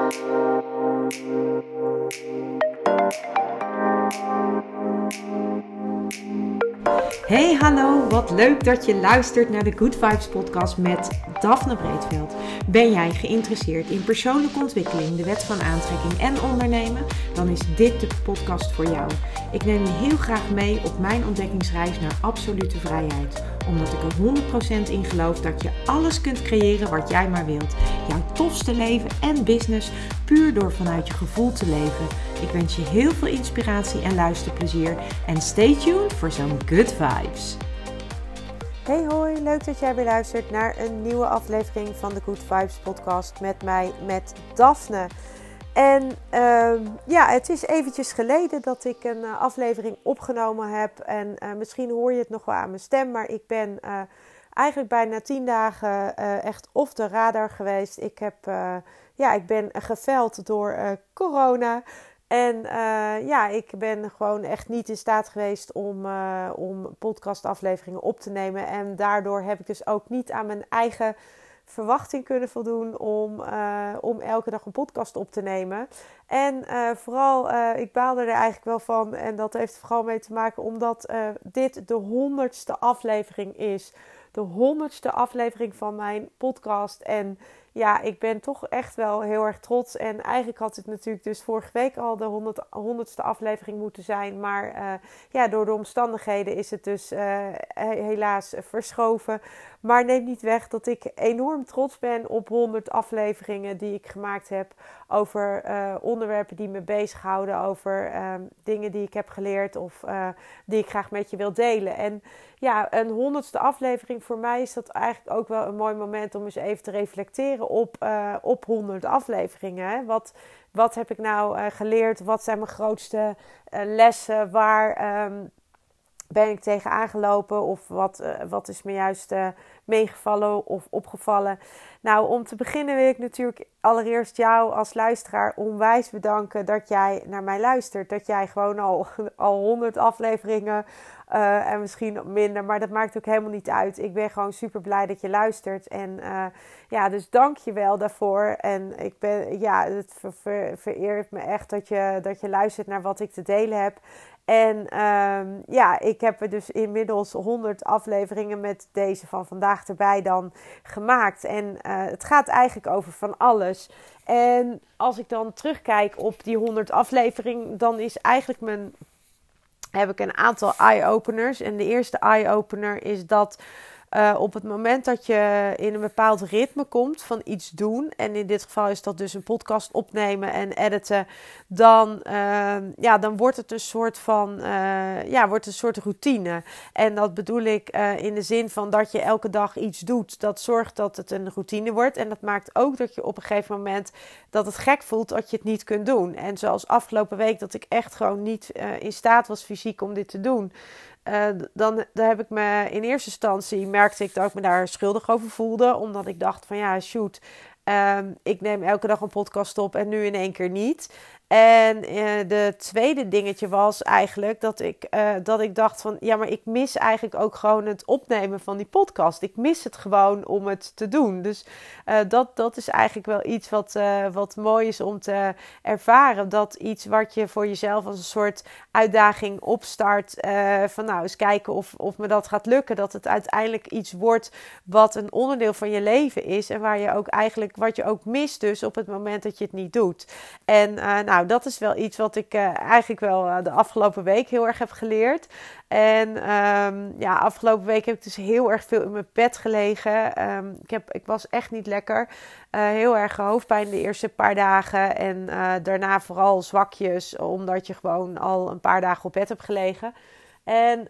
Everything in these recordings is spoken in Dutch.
Hey, hallo, wat leuk dat je luistert naar de Good Vibes podcast met Daphne Breedveld. Ben jij geïnteresseerd in persoonlijke ontwikkeling, de wet van aantrekking en ondernemen? Dan is dit de podcast voor jou. Ik neem je heel graag mee op mijn ontdekkingsreis naar absolute vrijheid. Omdat ik er 100% in geloof dat je alles kunt creëren wat jij maar wilt. Jouw tofste leven en business puur door vanuit je gevoel te leven. Ik wens je heel veel inspiratie en luisterplezier. En stay tuned voor zo'n good vibes. Hey hoi, leuk dat jij weer luistert naar een nieuwe aflevering van de Good Vibes podcast met mij, met Daphne. En het is eventjes geleden dat ik een aflevering opgenomen heb. En misschien hoor je het nog wel aan mijn stem, maar ik ben eigenlijk bijna 10 dagen echt off de radar geweest. Ik ben geveld door corona. En ik ben gewoon echt niet in staat geweest om podcastafleveringen op te nemen. En daardoor heb ik dus ook niet aan mijn eigen verwachting kunnen voldoen om elke dag een podcast op te nemen. En ik baalde er eigenlijk wel van. En dat heeft er vooral mee te maken omdat dit de 100ste aflevering is. De 100ste aflevering van mijn podcast. En ja, ik ben toch echt wel heel erg trots. En eigenlijk had het natuurlijk dus vorige week al de 100ste aflevering moeten zijn. Maar door de omstandigheden is het dus helaas verschoven. Maar neemt niet weg dat ik enorm trots ben op 100 afleveringen die ik gemaakt heb. Over onderwerpen die me bezighouden. Over dingen die ik heb geleerd of die ik graag met je wil delen. En ja, een 100ste aflevering voor mij is dat eigenlijk ook wel een mooi moment om eens even te reflecteren op 100 afleveringen. Hè? Wat heb ik nou geleerd? Wat zijn mijn grootste lessen? Waar ben ik tegen aangelopen? Of wat is me juist meegevallen of opgevallen? Nou, om te beginnen wil ik natuurlijk allereerst jou als luisteraar onwijs bedanken dat jij naar mij luistert. Dat jij gewoon al 100 afleveringen en misschien minder, maar dat maakt ook helemaal niet uit. Ik ben gewoon super blij dat je luistert. En dus dank je wel daarvoor. En het vereert me echt dat je luistert naar wat ik te delen heb. En ik heb er dus inmiddels 100 afleveringen met deze van vandaag erbij dan gemaakt. En het gaat eigenlijk over van alles. En als ik dan terugkijk op die 100 afleveringen, dan is eigenlijk heb ik een aantal eye-openers. En de eerste eye-opener is dat op het moment dat je in een bepaald ritme komt van iets doen, en in dit geval is dat dus een podcast opnemen en editen, dan wordt het een soort van routine. En dat bedoel ik in de zin van dat je elke dag iets doet. Dat zorgt dat het een routine wordt. En dat maakt ook dat je op een gegeven moment dat het gek voelt dat je het niet kunt doen. En zoals afgelopen week dat ik echt gewoon niet in staat was fysiek om dit te doen. Dan heb ik me in eerste instantie merkte ik dat ik me daar schuldig over voelde. Omdat ik dacht van ja, shoot, ik neem elke dag een podcast op en nu in één keer niet. En de tweede dingetje was eigenlijk dat ik dacht van ja, maar ik mis eigenlijk ook gewoon het opnemen van die podcast. Ik mis het gewoon om het te doen. Dus dat is eigenlijk wel iets wat mooi is om te ervaren. Dat iets wat je voor jezelf als een soort uitdaging opstart. Van nou, eens kijken of me dat gaat lukken. Dat het uiteindelijk iets wordt wat een onderdeel van je leven is. En waar je ook eigenlijk, wat je ook mist dus op het moment dat je het niet doet. En dat is wel iets wat ik eigenlijk wel de afgelopen week heel erg heb geleerd. En afgelopen week heb ik dus heel erg veel in mijn bed gelegen. Ik was echt niet lekker. Heel erg hoofdpijn de eerste paar dagen. En daarna vooral zwakjes, omdat je gewoon al een paar dagen op bed hebt gelegen. En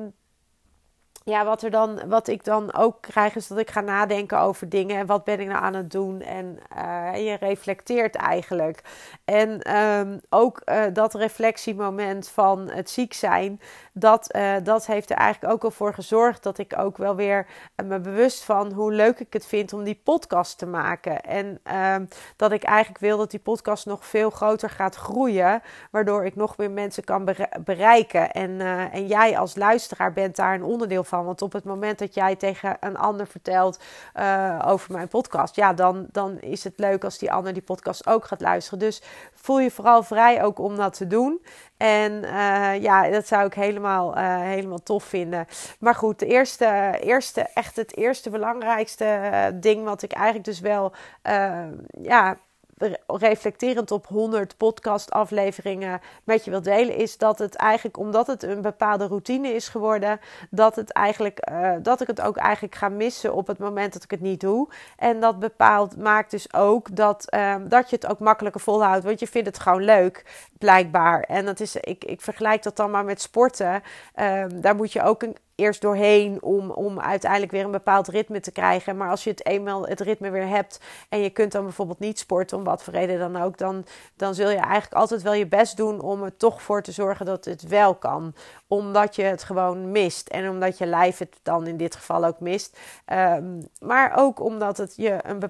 wat ik dan ook krijg is dat ik ga nadenken over dingen. En wat ben ik nou aan het doen? En je reflecteert eigenlijk. En ook dat reflectiemoment van het ziek zijn. Dat heeft er eigenlijk ook al voor gezorgd dat ik ook wel weer me bewust van hoe leuk ik het vind om die podcast te maken. En dat ik eigenlijk wil dat die podcast nog veel groter gaat groeien. Waardoor ik nog meer mensen kan bereiken. En jij als luisteraar bent daar een onderdeel van. van. Want op het moment dat jij tegen een ander vertelt over mijn podcast, ja, dan is het leuk als die ander die podcast ook gaat luisteren. Dus voel je vooral vrij ook om dat te doen. En dat zou ik helemaal tof vinden. Maar goed, het eerste belangrijkste ding wat ik eigenlijk dus wel reflecterend op 100 podcastafleveringen met je wil delen, is dat het eigenlijk, omdat het een bepaalde routine is geworden, dat ik het ook eigenlijk ga missen op het moment dat ik het niet doe. En dat maakt dus ook dat je het ook makkelijker volhoudt, want je vindt het gewoon leuk, blijkbaar. En dat is, ik vergelijk dat dan maar met sporten. Daar moet je ook eerst doorheen om uiteindelijk weer een bepaald ritme te krijgen. Maar als je het ritme weer hebt en je kunt dan bijvoorbeeld niet sporten, om wat voor reden dan ook, dan zul je eigenlijk altijd wel je best doen om er toch voor te zorgen dat het wel kan. Omdat je het gewoon mist. En omdat je lijf het dan in dit geval ook mist. Maar ook omdat het je een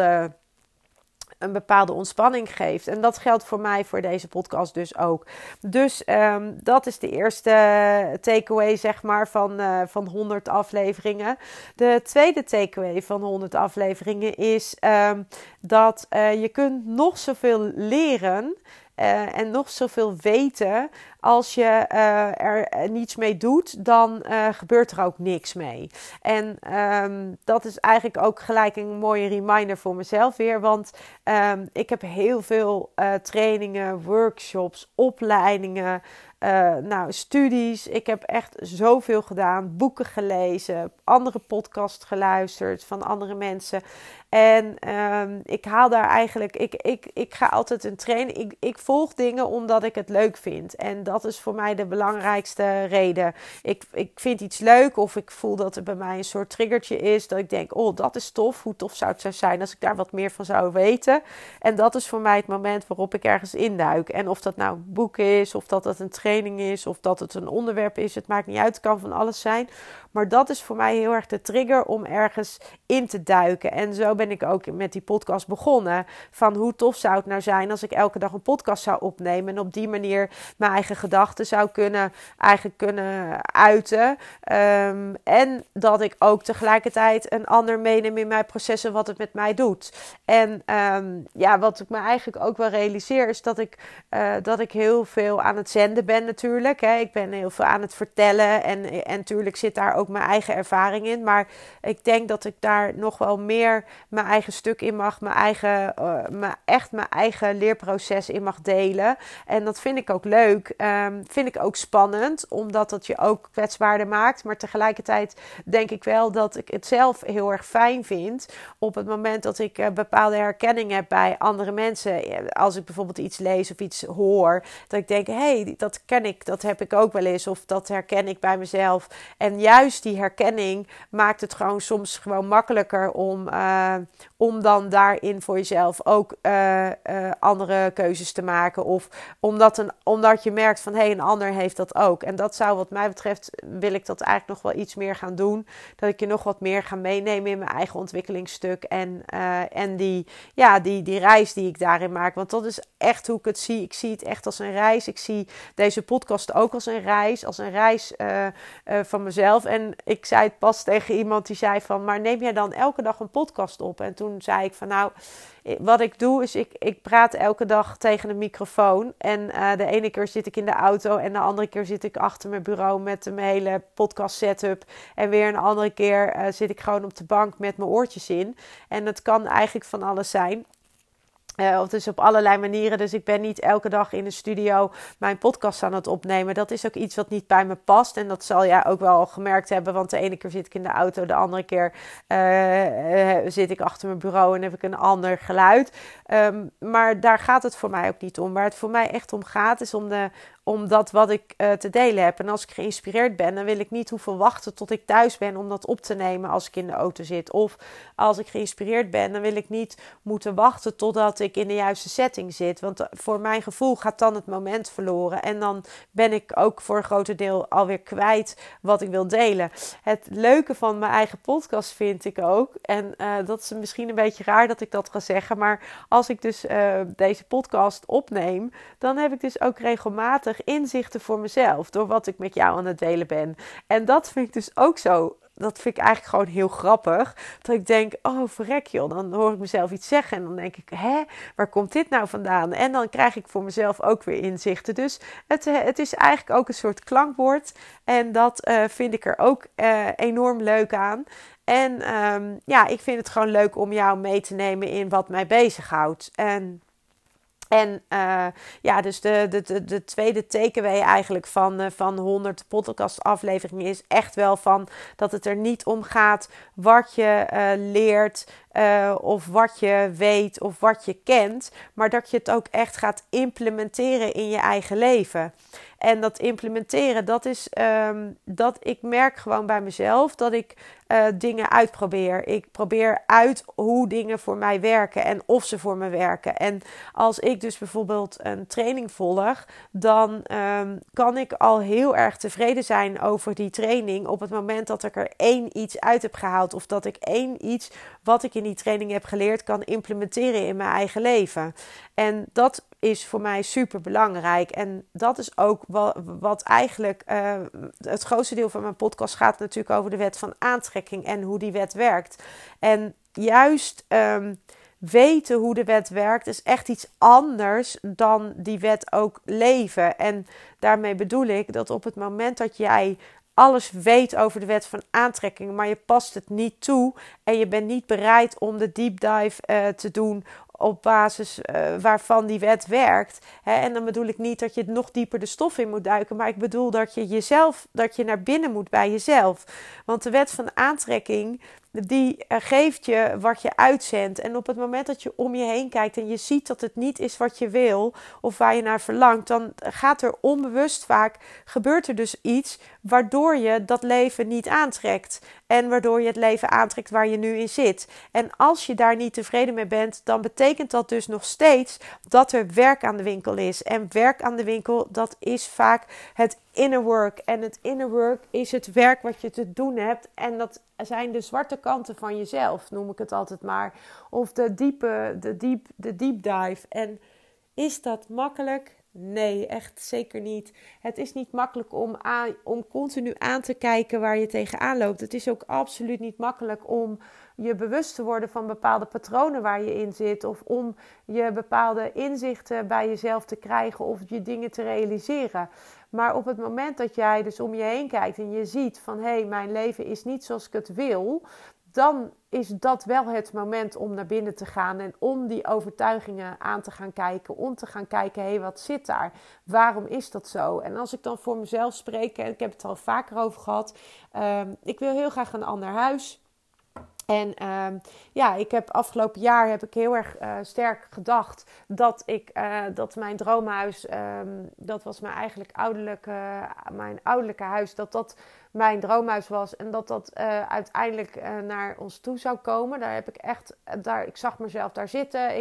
bepaalde ontspanning geeft. En dat geldt voor mij, voor deze podcast dus ook. Dus dat is de eerste takeaway, zeg maar, van 100 afleveringen. De tweede takeaway van 100 afleveringen is dat je kunt nog zoveel leren en nog zoveel weten. Als je er niets mee doet, dan gebeurt er ook niks mee. En dat is eigenlijk ook gelijk een mooie reminder voor mezelf weer. Want ik heb heel veel trainingen, workshops, opleidingen, studies. Ik heb echt zoveel gedaan, boeken gelezen, andere podcasts geluisterd van andere mensen. En ik haal daar eigenlijk, ik ga altijd een training. Ik volg dingen omdat ik het leuk vind. En dat is voor mij de belangrijkste reden. Ik vind iets leuk, of ik voel dat er bij mij een soort triggertje is. Dat ik denk, oh, dat is tof. Hoe tof zou het zijn als ik daar wat meer van zou weten. En dat is voor mij het moment waarop ik ergens induik. En of dat nou een boek is, of dat het een training is, of dat het een onderwerp is. Het maakt niet uit, het kan van alles zijn. Maar dat is voor mij heel erg de trigger om ergens in te duiken. En zo ben ik ook met die podcast begonnen. Van hoe tof zou het nou zijn als ik elke dag een podcast zou opnemen. En op die manier mijn eigen gedachten zou kunnen uiten. En dat ik ook tegelijkertijd een ander meeneem in mijn processen, wat het met mij doet. En wat ik me eigenlijk ook wel realiseer, is dat ik heel veel aan het zenden ben natuurlijk. Hè. Ik ben heel veel aan het vertellen. En natuurlijk zit daar ook mijn eigen ervaring in. Maar ik denk dat ik daar nog wel meer mijn eigen stuk in mag. Mijn eigen leerproces in mag delen. En dat vind ik ook leuk. Vind ik ook spannend. Omdat dat je ook kwetsbaarder maakt. Maar tegelijkertijd denk ik wel dat ik het zelf heel erg fijn vind. Op het moment dat ik bepaalde herkenning heb bij andere mensen. Als ik bijvoorbeeld iets lees of iets hoor. Dat ik denk, hey, dat ken ik. Dat heb ik ook wel eens. Of dat herken ik bij mezelf. En juist die herkenning maakt het gewoon soms gewoon makkelijker om dan daarin voor jezelf ook andere keuzes te maken. Of omdat je merkt van, hey, een ander heeft dat ook. En dat zou, wat mij betreft, wil ik dat eigenlijk nog wel iets meer gaan doen. Dat ik je nog wat meer ga meenemen in mijn eigen ontwikkelingsstuk. En die reis die ik daarin maak. Want dat is echt hoe ik het zie. Ik zie het echt als een reis. Ik zie deze podcast ook als een reis. Als een reis van mezelf. En ik zei het pas tegen iemand die zei van, maar neem jij dan elke dag een podcast op? En toen zei ik van, nou, wat ik doe is, ik praat elke dag tegen een microfoon. En de ene keer zit ik in de auto en de andere keer zit ik achter mijn bureau met mijn hele podcast setup. En weer een andere keer zit ik gewoon op de bank met mijn oortjes in. En het kan eigenlijk van alles zijn. Dus op allerlei manieren. Dus ik ben niet elke dag in de studio mijn podcast aan het opnemen. Dat is ook iets wat niet bij me past. En dat zal jij ook wel gemerkt hebben. Want de ene keer zit ik in de auto. De andere keer zit ik achter mijn bureau en heb ik een ander geluid. Maar daar gaat het voor mij ook niet om. Waar het voor mij echt om gaat, is om dat wat ik te delen heb. En als ik geïnspireerd ben, dan wil ik niet hoeven wachten tot ik thuis ben om dat op te nemen als ik in de auto zit. Of als ik geïnspireerd ben, dan wil ik niet moeten wachten totdat ik in de juiste setting zit. Want voor mijn gevoel gaat dan het moment verloren. En dan ben ik ook voor een groot deel alweer kwijt wat ik wil delen. Het leuke van mijn eigen podcast vind ik ook, en dat is misschien een beetje raar dat ik dat ga zeggen, maar als ik dus deze podcast opneem, dan heb ik dus ook regelmatig weinig inzichten voor mezelf door wat ik met jou aan het delen ben. En dat vind ik dus ook zo. Dat vind ik eigenlijk gewoon heel grappig. Dat ik denk, oh verrek joh, dan hoor ik mezelf iets zeggen. En dan denk ik, waar komt dit nou vandaan? En dan krijg ik voor mezelf ook weer inzichten. Dus het is eigenlijk ook een soort klankbord. En dat vind ik er ook enorm leuk aan. En ik vind het gewoon leuk om jou mee te nemen in wat mij bezighoudt. Dus de tweede takeaway eigenlijk van 100 podcastafleveringen is echt wel van dat het er niet om gaat wat je leert of wat je weet of wat je kent, maar dat je het ook echt gaat implementeren in je eigen leven. En dat implementeren, dat is dat ik merk gewoon bij mezelf dat ik dingen uitprobeer. Ik probeer uit hoe dingen voor mij werken en of ze voor me werken. En als ik dus bijvoorbeeld een training volg, dan kan ik al heel erg tevreden zijn over die training op het moment dat ik er iets uit heb gehaald. Of dat ik iets wat ik in die training heb geleerd kan implementeren in mijn eigen leven. En dat is voor mij super belangrijk. En dat is ook wat eigenlijk het grootste deel van mijn podcast gaat natuurlijk over de wet van aantrekking en hoe die wet werkt. En juist weten hoe de wet werkt is echt iets anders dan die wet ook leven. En daarmee bedoel ik dat op het moment dat jij alles weet over de wet van aantrekking, maar je past het niet toe en je bent niet bereid om de deep dive te doen op basis waarvan die wet werkt. En dan bedoel ik niet dat je nog dieper de stof in moet duiken, maar ik bedoel dat je naar binnen moet bij jezelf. Want de wet van aantrekking, die geeft je wat je uitzendt. En op het moment dat je om je heen kijkt en je ziet dat het niet is wat je wil of waar je naar verlangt, dan gaat er onbewust gebeurt er dus iets waardoor je dat leven niet aantrekt. En waardoor je het leven aantrekt waar je nu in zit. En als je daar niet tevreden mee bent, dan betekent dat dus nog steeds dat er werk aan de winkel is. En werk aan de winkel, dat is vaak het inner work. En het inner work is het werk wat je te doen hebt. En dat zijn de zwarte kanten van jezelf, noem ik het altijd maar. Of de deep dive. En is dat makkelijk? Nee, echt zeker niet. Het is niet makkelijk om continu aan te kijken waar je tegenaan loopt. Het is ook absoluut niet makkelijk om je bewust te worden van bepaalde patronen waar je in zit. Of om je bepaalde inzichten bij jezelf te krijgen of je dingen te realiseren. Maar op het moment dat jij dus om je heen kijkt en je ziet van mijn leven is niet zoals ik het wil, dan is dat wel het moment om naar binnen te gaan en om die overtuigingen aan te gaan kijken. Om te gaan kijken, wat zit daar? Waarom is dat zo? En als ik dan voor mezelf spreek, en ik heb het er al vaker over gehad, ik wil heel graag een ander huis. En ik heb afgelopen jaar heel erg sterk gedacht dat mijn droomhuis, dat was mijn ouderlijke huis, dat mijn droomhuis was. En dat uiteindelijk naar ons toe zou komen. Daar heb ik echt, ik zag mezelf daar zitten.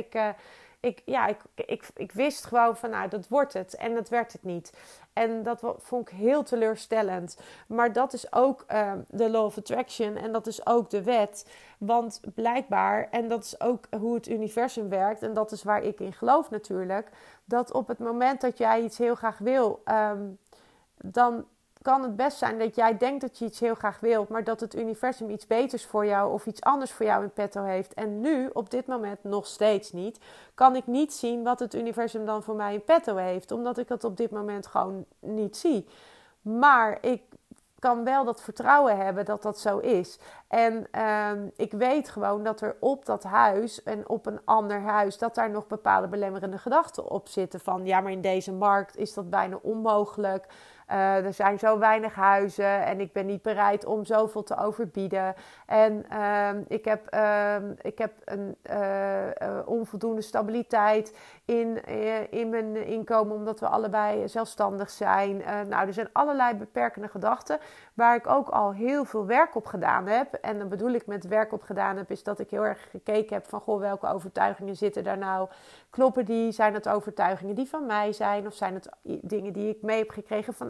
Ik wist gewoon van dat wordt het. En dat werd het niet. En dat vond ik heel teleurstellend. Maar dat is ook de law of attraction. En dat is ook de wet. Want blijkbaar, en dat is ook hoe het universum werkt. En dat is waar ik in geloof natuurlijk. Dat op het moment dat jij iets heel graag wil, dan kan het best zijn dat jij denkt dat je iets heel graag wilt, maar dat het universum iets beters voor jou of iets anders voor jou in petto heeft. En nu, op dit moment, nog steeds niet, kan ik niet zien wat het universum dan voor mij in petto heeft, omdat ik het op dit moment gewoon niet zie. Maar ik kan wel dat vertrouwen hebben dat dat zo is. En ik weet gewoon dat er op dat huis en op een ander huis, dat daar nog bepaalde belemmerende gedachten op zitten. Van maar in deze markt is dat bijna onmogelijk. Er zijn zo weinig huizen en ik ben niet bereid om zoveel te overbieden. En ik heb een onvoldoende stabiliteit in mijn inkomen, omdat we allebei zelfstandig zijn. Er zijn allerlei beperkende gedachten waar ik ook al heel veel werk op gedaan heb. En dan bedoel ik met werk op gedaan heb, is dat ik heel erg gekeken heb van welke overtuigingen zitten daar nou? Kloppen die? Zijn het overtuigingen die van mij zijn? Of zijn het dingen die ik mee heb gekregen vanuit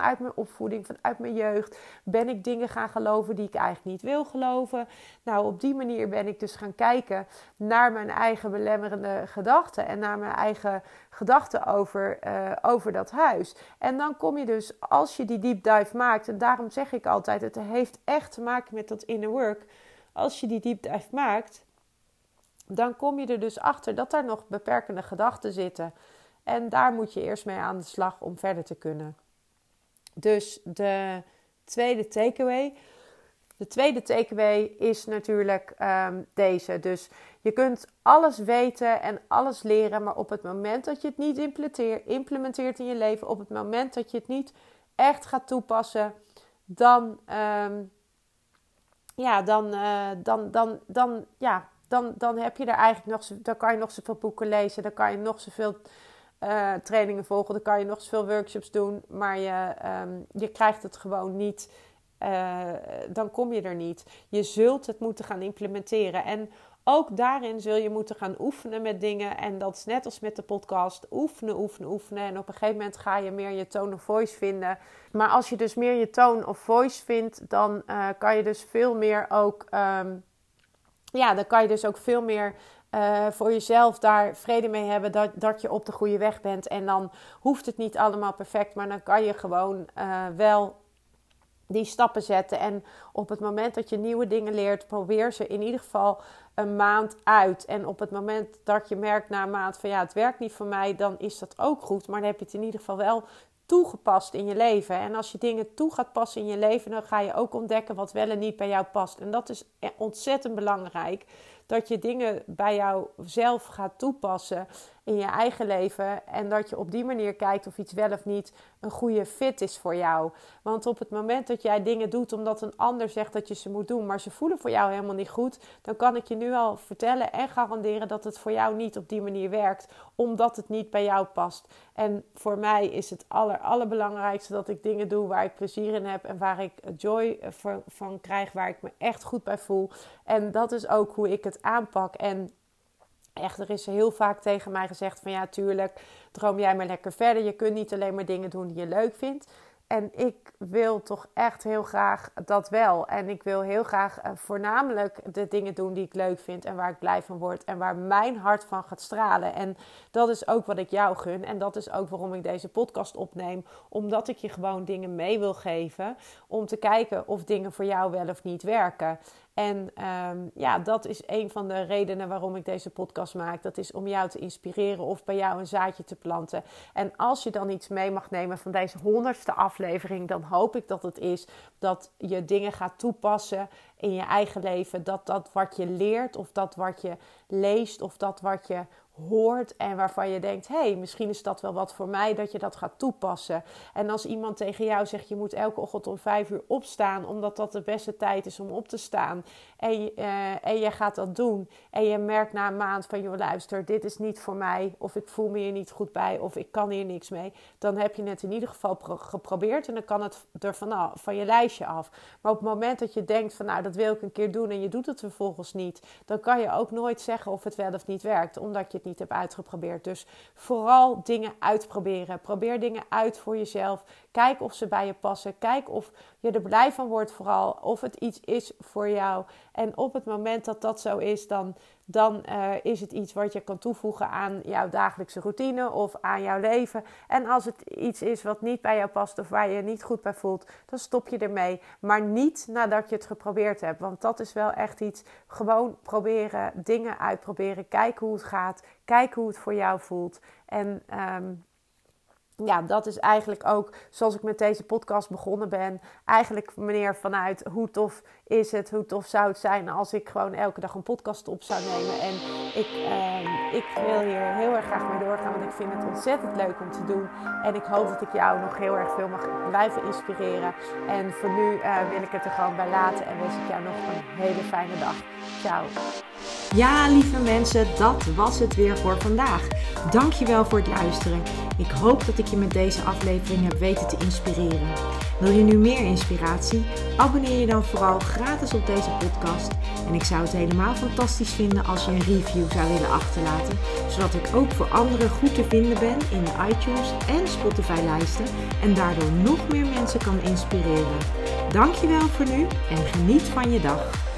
vanuit mijn opvoeding, vanuit mijn jeugd? Ben ik dingen gaan geloven die ik eigenlijk niet wil geloven? Nou, op die manier ben ik dus gaan kijken naar mijn eigen belemmerende gedachten en naar mijn eigen gedachten over dat huis. En dan kom je dus, als je die deep dive maakt, en daarom zeg ik altijd, het heeft echt te maken met dat inner work. Als je die deep dive maakt, dan kom je er dus achter dat daar nog beperkende gedachten zitten. En daar moet je eerst mee aan de slag om verder te kunnen. Dus de tweede takeaway. De tweede takeaway is natuurlijk deze. Dus je kunt alles weten en alles leren, maar op het moment dat je het niet implementeert in je leven, op het moment dat je het niet echt gaat toepassen, dan heb je er eigenlijk dan kan je nog zoveel boeken lezen, dan kan je nog zoveel trainingen volgen, dan kan je nog zoveel workshops doen, maar je krijgt het gewoon niet. Dan kom je er niet. Je zult het moeten gaan implementeren. En ook daarin zul je moeten gaan oefenen met dingen. En dat is net als met de podcast. Oefenen. En op een gegeven moment ga je meer je tone of voice vinden. Maar als je dus meer je tone of voice vindt, dan kan je dus veel meer ook... dan kan je dus ook veel meer... voor jezelf daar vrede mee hebben dat je op de goede weg bent. En dan hoeft het niet allemaal perfect, maar dan kan je gewoon wel die stappen zetten. En op het moment dat je nieuwe dingen leert, probeer ze in ieder geval een maand uit. En op het moment dat je merkt na een maand van het werkt niet voor mij, dan is dat ook goed. Maar dan heb je het in ieder geval wel toegepast in je leven. En als je dingen toe gaat passen in je leven, dan ga je ook ontdekken wat wel en niet bij jou past. En dat is ontzettend belangrijk. Dat je dingen bij jouzelf gaat toepassen in je eigen leven. En dat je op die manier kijkt of iets wel of niet een goede fit is voor jou. Want op het moment dat jij dingen doet omdat een ander zegt dat je ze moet doen, maar ze voelen voor jou helemaal niet goed, dan kan ik je nu al vertellen en garanderen dat het voor jou niet op die manier werkt. Omdat het niet bij jou past. En voor mij is het allerbelangrijkste dat ik dingen doe waar ik plezier in heb en waar ik joy van krijg, waar ik me echt goed bij voel. En dat is ook hoe ik het aanpak. En echt, er is heel vaak tegen mij gezegd van tuurlijk, droom jij maar lekker verder. Je kunt niet alleen maar dingen doen die je leuk vindt. En ik wil toch echt heel graag dat wel. En ik wil heel graag voornamelijk de dingen doen die ik leuk vind en waar ik blij van word en waar mijn hart van gaat stralen. En dat is ook wat ik jou gun. En dat is ook waarom ik deze podcast opneem. Omdat ik je gewoon dingen mee wil geven om te kijken of dingen voor jou wel of niet werken. En dat is een van de redenen waarom ik deze podcast maak. Dat is om jou te inspireren of bij jou een zaadje te planten. En als je dan iets mee mag nemen van deze 100ste aflevering, dan hoop ik dat het is dat je dingen gaat toepassen in je eigen leven. Dat wat je leert of dat wat je leest of dat wat je hoort en waarvan je denkt, misschien is dat wel wat voor mij, dat je dat gaat toepassen. En als iemand tegen jou zegt, je moet elke ochtend om 5 uur opstaan, omdat dat de beste tijd is om op te staan, en je gaat dat doen, en je merkt na een maand van, luister, dit is niet voor mij, of ik voel me hier niet goed bij, of ik kan hier niks mee, dan heb je het in ieder geval geprobeerd en dan kan het er van je lijstje af. Maar op het moment dat je denkt van, dat wil ik een keer doen en je doet het vervolgens niet, dan kan je ook nooit zeggen of het wel of niet werkt, omdat je het niet hebt uitgeprobeerd. Dus vooral dingen uitproberen. Probeer dingen uit voor jezelf. Kijk of ze bij je passen. Kijk of je er blij van wordt vooral. Of het iets is voor jou. En op het moment dat dat zo is, dan is het iets wat je kan toevoegen aan jouw dagelijkse routine of aan jouw leven. En als het iets is wat niet bij jou past of waar je je niet goed bij voelt, dan stop je ermee. Maar niet nadat je het geprobeerd hebt. Want dat is wel echt iets. Gewoon proberen, dingen uitproberen. Kijken hoe het gaat. Kijken hoe het voor jou voelt. En dat is eigenlijk ook zoals ik met deze podcast begonnen ben. Eigenlijk meer vanuit hoe tof is het, hoe tof zou het zijn als ik gewoon elke dag een podcast op zou nemen. En ik wil hier heel erg graag mee doorgaan, want ik vind het ontzettend leuk om te doen. En ik hoop dat ik jou nog heel erg veel mag blijven inspireren. En voor nu wil ik het er gewoon bij laten en wens ik jou nog een hele fijne dag. Ciao. Ja, lieve mensen, dat was het weer voor vandaag. Dankjewel voor het luisteren. Ik hoop dat ik je met deze aflevering heb weten te inspireren. Wil je nu meer inspiratie? Abonneer je dan vooral gratis op deze podcast. En ik zou het helemaal fantastisch vinden als je een review zou willen achterlaten, zodat ik ook voor anderen goed te vinden ben in de iTunes en Spotify lijsten en daardoor nog meer mensen kan inspireren. Dankjewel voor nu en geniet van je dag.